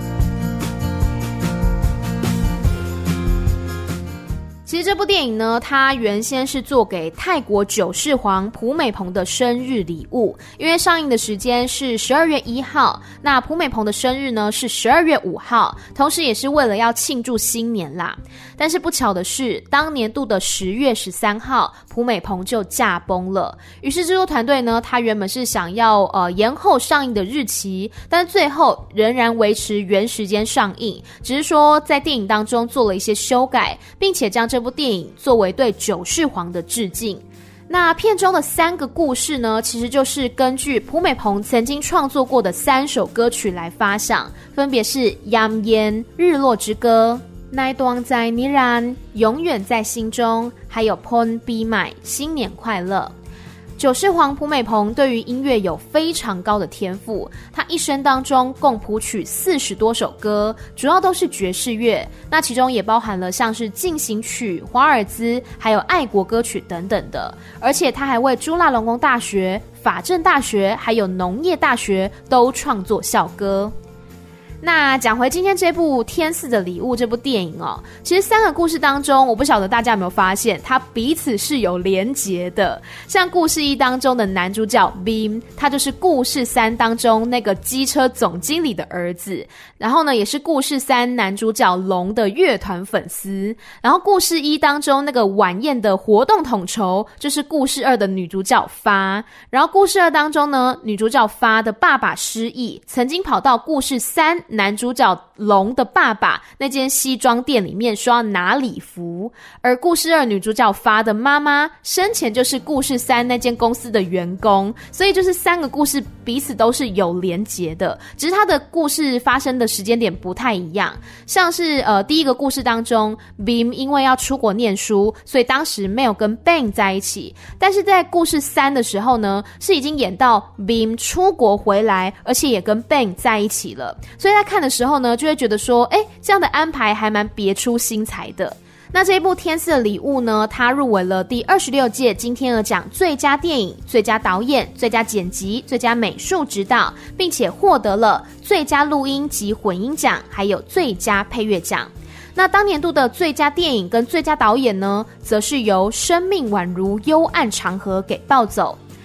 其实这部电影呢，它原先是做给泰国九世皇朴美蓬的生日礼物，因为上映的时间是12月1号，那朴美蓬的生日呢是12月5号，同时也是为了要庆祝新年啦。但是不巧的是，当年度的10月13号，朴美蓬就驾崩了。于是制作团队呢，他原本是想要延后上映的日期，但最后仍然维持原时间上映，只是说在电影当中做了一些修改，并且将这部电影作为对九世皇的致敬。那片中的3个故事呢，其实就是根据朴美蓬曾经创作过的3首歌曲来发想，分别是《Yam Yen》日落之歌、奈端在尼然永远在心中，还有 Pon Be My 新年快乐。九世皇朴美蓬对于音乐有非常高的天赋，他一生当中共谱曲40多首歌，主要都是爵士乐，那其中也包含了像是进行曲、华尔兹，还有爱国歌曲等等的。而且他还为朱拉隆功大学、法政大学还有农业大学都创作校歌。那讲回今天这部《天赐的礼物》这部电影哦，其实3个故事当中，我不晓得大家有没有发现，它彼此是有连结的。像故事1当中的男主角 Beam， 他就是故事3当中那个机车总经理的儿子，然后呢，也是故事3男主角龙的乐团粉丝。然后故事1当中那个晚宴的活动统筹，就是故事2的女主角发。然后故事2当中呢，女主角发的爸爸失忆，曾经跑到故事3男主角龙的爸爸那间西装店里面说要拿礼服，而故事2女主角发的妈妈生前就是故事3那间公司的员工，所以就是3个故事彼此都是有连结的，只是它的故事发生的时间点不太一样。像是第一个故事当中 Beam 因为要出国念书，所以当时没有跟 Bang 在一起，但是在故事3的时候呢，是已经演到 Beam 出国回来，而且也跟 Bang 在一起了，所以在看的时候呢，就会觉得说，这样的安排还蛮别出心裁的。那这一部《天赐的礼物》呢，它入围了第26届金天鹅奖最佳电影、最佳导演、最佳剪辑、最佳美术指导，并且获得了最佳录音及混音奖，还有最佳配乐奖。那当年度的最佳电影跟最佳导演呢，则是由《生命宛如幽暗长河》给抱走。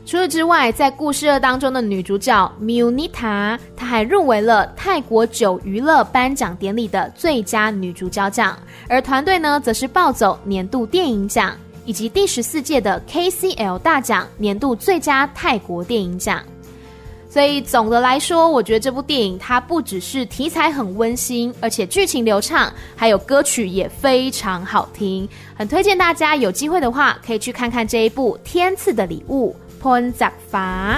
除此之外，在故事2当中的女主角 Munita， 她还入围了泰国9娱乐颁奖典礼的最佳女主角奖，而团队呢则是抱走年度电影奖以及第14届的 KCL 大奖年度最佳泰国电影奖。所以总的来说，我觉得这部电影它不只是题材很温馨，而且剧情流畅，还有歌曲也非常好听，很推荐大家有机会的话可以去看看这一部《天赐的礼物》Phon Giặc Phá。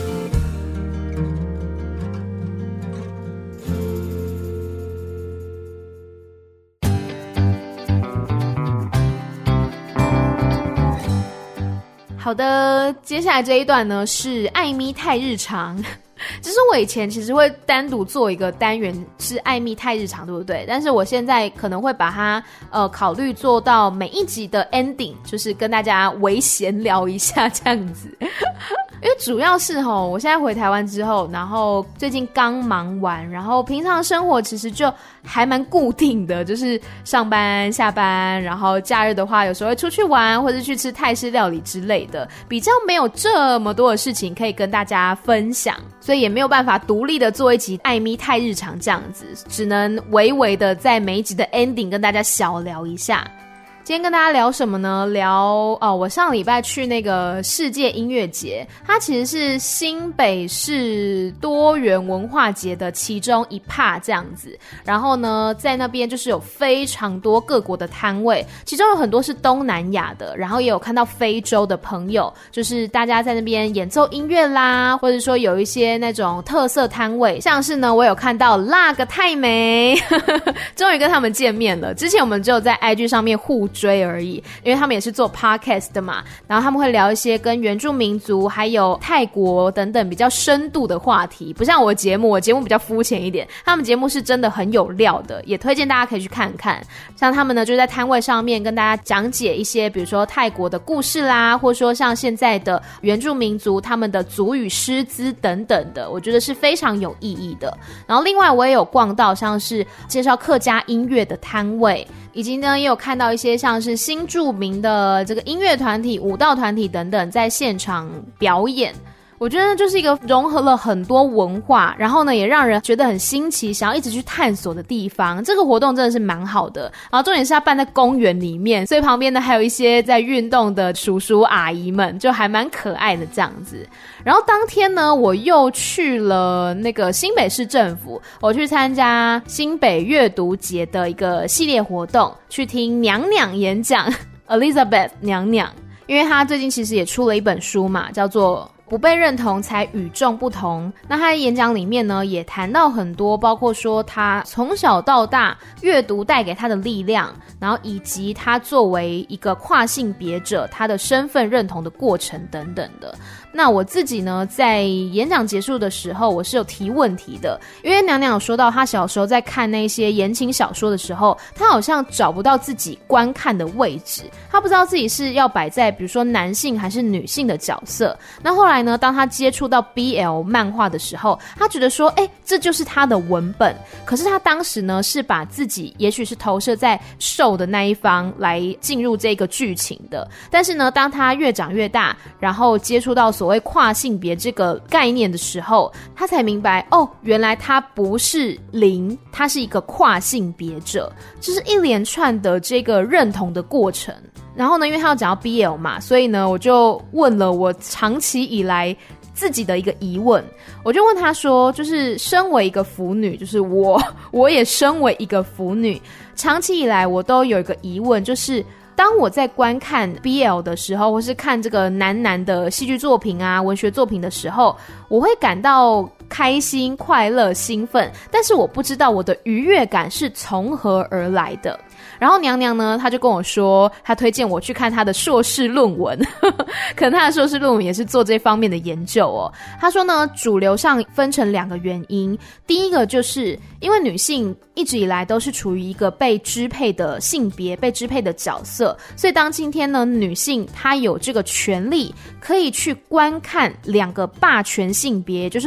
好的，接下来这一段呢是艾咪太日常。其实我以前其实会单独做一个单元是艾咪太日常，对不对？但是我现在可能会把它考虑做到每一集的 ending， 就是跟大家微闲聊一下这样子。因为主要是我现在回台湾之后，然后最近刚忙完，然后平常生活其实就还蛮固定的，就是上班下班，然后假日的话有时候会出去玩或者去吃泰式料理之类的，比较没有这么多的事情可以跟大家分享，所以也没有办法独立的做一集艾咪太日常这样子，只能微微的在每一集的 ending 跟大家小聊一下。今天跟大家聊什么呢？聊我上礼拜去那个世界音乐节，它其实是新北市多元文化节的其中一 part 这样子。然后呢，在那边就是有非常多各国的摊位，其中有很多是东南亚的，然后也有看到非洲的朋友，就是大家在那边演奏音乐啦，或者说有一些那种特色摊位，像是呢，我有看到那个泰梅，终于跟他们见面了。之前我们只有在 IG 上面互追而已，因为他们也是做 podcast 的嘛，然后他们会聊一些跟原住民族还有泰国等等比较深度的话题，不像我节目比较肤浅一点，他们节目是真的很有料的，也推荐大家可以去看看。像他们呢就在摊位上面跟大家讲解一些比如说泰国的故事啦，或者说像现在的原住民族他们的族语诗词等等的，我觉得是非常有意义的。然后另外我也有逛到像是介绍客家音乐的摊位，以及呢也有看到一些像是新著名的这个音乐团体、舞蹈团体等等在现场表演。我觉得就是一个融合了很多文化，然后呢也让人觉得很新奇，想要一直去探索的地方。这个活动真的是蛮好的，然后重点是它办在公园里面，所以旁边呢还有一些在运动的叔叔阿姨们，就还蛮可爱的这样子。然后当天呢我又去了那个新北市政府，我去参加新北阅读节的一个系列活动，去听娘娘演讲Elizabeth 娘娘，因为她最近其实也出了一本书嘛，叫做不被认同才与众不同。那他在演讲里面呢也谈到很多，包括说他从小到大阅读带给他的力量，然后以及他作为一个跨性别者他的身份认同的过程等等的。那我自己呢在演讲结束的时候我是有提问题的，因为娘娘有说到他小时候在看那些言情小说的时候，他好像找不到自己观看的位置，他不知道自己是要摆在比如说男性还是女性的角色。那后来呢当他接触到 BL 漫画的时候，他觉得说这就是他的文本，可是他当时呢是把自己也许是投射在受的那一方来进入这个剧情的。但是呢当他越长越大，然后接触到所谓跨性别这个概念的时候，他才明白原来他不是零，他是一个跨性别者，就是一连串的这个认同的过程。然后呢因为他要讲到 BL 嘛，所以呢我就问了我长期以来自己的一个疑问，我就问他说，就是身为一个腐女，就是我也身为一个腐女，长期以来我都有一个疑问，就是当我在观看 BL 的时候，或是看这个男的戏剧作品啊、文学作品的时候，我会感到开心、快乐、兴奋，但是我不知道我的愉悦感是从何而来的。然后娘娘呢她就跟我说，她推荐我去看她的硕士论文可能她的硕士论文也是做这方面的研究哦。她说呢主流上分成2个原因，第一个就是因为女性一直以来都是处于一个被支配的性别、被支配的角色，所以当今天呢女性她有这个权利可以去观看2个霸权性别，就是所谓的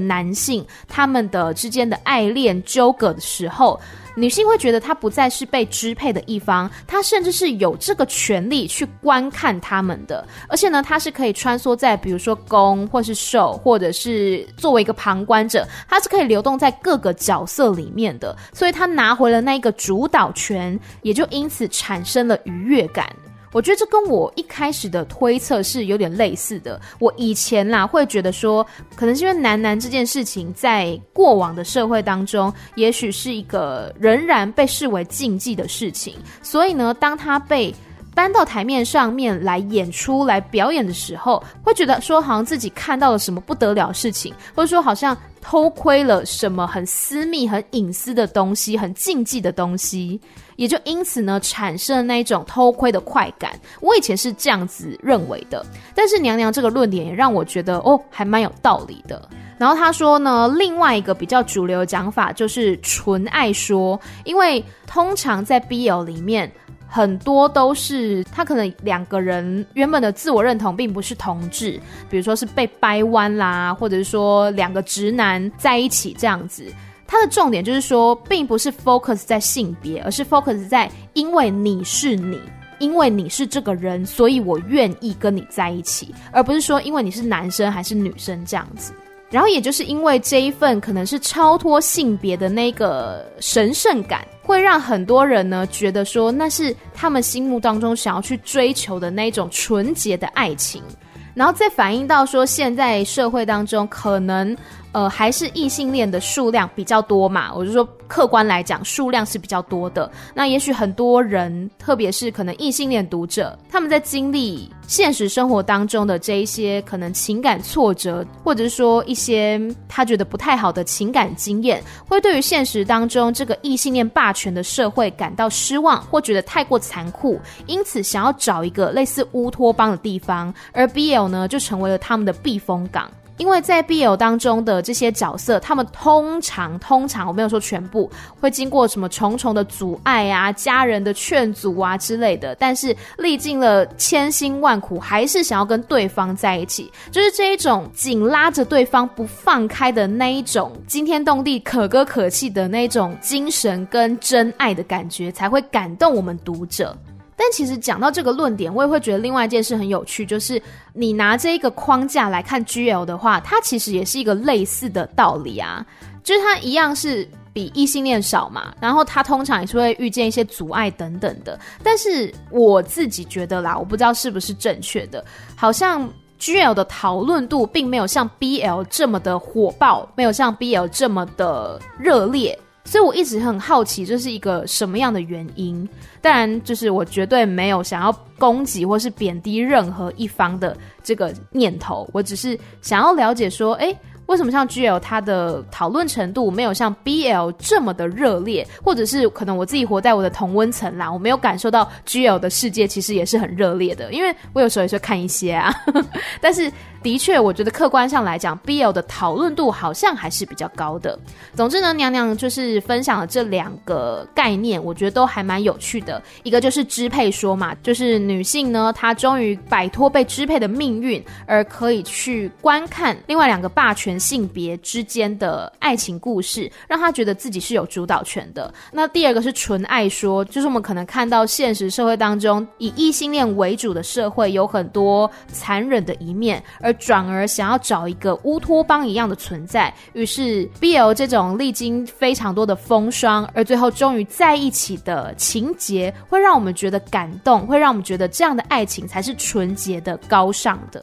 男性他们的之间的爱恋纠葛的时候，女性会觉得她不再是被支配的一方，她甚至是有这个权利去观看他们的，而且呢，她是可以穿梭在比如说攻或是受，或者是作为一个旁观者，她是可以流动在各个角色里面的，所以她拿回了那个主导权，也就因此产生了愉悦感。我觉得这跟我一开始的推测是有点类似的。我以前啦会觉得说，可能是因为男这件事情在过往的社会当中，也许是一个仍然被视为禁忌的事情，所以呢，当他被搬到台面上面来演出来表演的时候，会觉得说好像自己看到了什么不得了的事情，或者说好像偷窥了什么很私密很隐私的东西，很禁忌的东西，也就因此呢产生了那一种偷窥的快感。我以前是这样子认为的，但是娘娘这个论点也让我觉得还蛮有道理的。然后他说呢，另外一个比较主流的讲法就是纯爱说，因为通常在 BL 里面很多都是他可能两个人原本的自我认同并不是同志，比如说是被掰弯啦，或者是说两个直男在一起这样子。他的重点就是说，并不是 focus 在性别，而是 focus 在因为你是你，因为你是这个人，所以我愿意跟你在一起，而不是说因为你是男生还是女生这样子。然后也就是因为这一份可能是超脱性别的那个神圣感，会让很多人呢觉得说那是他们心目当中想要去追求的那种纯洁的爱情。然后再反映到说现在社会当中可能还是异性恋的数量比较多嘛，我就说客观来讲数量是比较多的。那也许很多人，特别是可能异性恋读者，他们在经历现实生活当中的这一些可能情感挫折，或者是说一些他觉得不太好的情感经验，会对于现实当中这个异性恋霸权的社会感到失望，或觉得太过残酷，因此想要找一个类似乌托邦的地方，而 BL 呢就成为了他们的避风港。因为在 BL 当中的这些角色，他们通常我没有说全部，会经过什么重重的阻碍啊，家人的劝阻啊之类的，但是历尽了千辛万苦，还是想要跟对方在一起，就是这一种紧拉着对方不放开的那一种惊天动地可歌可泣的那种精神跟真爱的感觉，才会感动我们读者。但其实讲到这个论点，我也会觉得另外一件事很有趣，就是你拿这一个框架来看 GL 的话，它其实也是一个类似的道理啊，就是它一样是比异性恋少嘛，然后它通常也是会遇见一些阻碍等等的。但是我自己觉得啦，我不知道是不是正确的，好像 GL 的讨论度并没有像 BL 这么的火爆，没有像 BL 这么的热烈，所以我一直很好奇这是一个什么样的原因。当然就是我绝对没有想要攻击或是贬低任何一方的这个念头，我只是想要了解说为什么像 GL 它的讨论程度没有像 BL 这么的热烈，或者是可能我自己活在我的同温层啦，我没有感受到 GL 的世界其实也是很热烈的，因为我有时候也是看一些啊但是的确我觉得客观上来讲 BL 的讨论度好像还是比较高的。总之呢，娘娘就是分享了这两个概念，我觉得都还蛮有趣的。一个就是支配说嘛，就是女性呢她终于摆脱被支配的命运，而可以去观看另外两个霸权性别之间的爱情故事，让她觉得自己是有主导权的。那第二个是纯爱说，就是我们可能看到现实社会当中以异性恋为主的社会有很多残忍的一面，而转而想要找一个乌托邦一样的存在，于是 BL 这种历经非常多的风霜而最后终于在一起的情节，会让我们觉得感动，会让我们觉得这样的爱情才是纯洁的高尚的。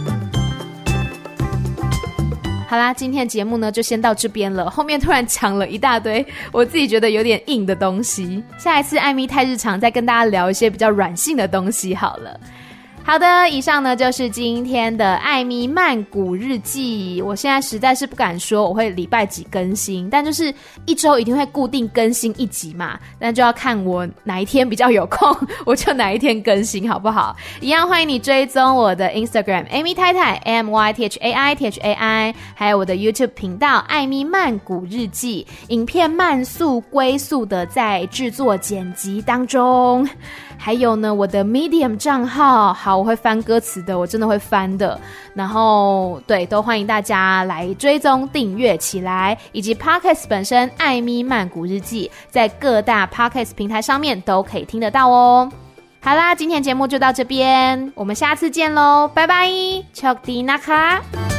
好啦，今天的节目呢就先到这边了，后面突然讲了一大堆我自己觉得有点硬的东西，下一次艾咪太日常再跟大家聊一些比较软性的东西好了。好的，以上呢就是今天的艾咪曼谷日记。我现在实在是不敢说我会礼拜几更新，但就是一周一定会固定更新一集嘛，那就要看我哪一天比较有空我就哪一天更新好不好。一样欢迎你追踪我的 Instagram 艾咪太太 AMYTHAITHAI， 还有我的 YouTube 频道艾咪曼谷日记，影片慢速龟速的在制作剪辑当中。 还有呢我的 Medium 账号，好，我会翻歌词的，我真的会翻的。然后对，都欢迎大家来追踪订阅起来，以及 Podcast 本身艾咪曼谷日记，在各大 Podcast 平台上面都可以听得到哦。好啦，今天节目就到这边，我们下次见咯，拜拜，Chok di naka。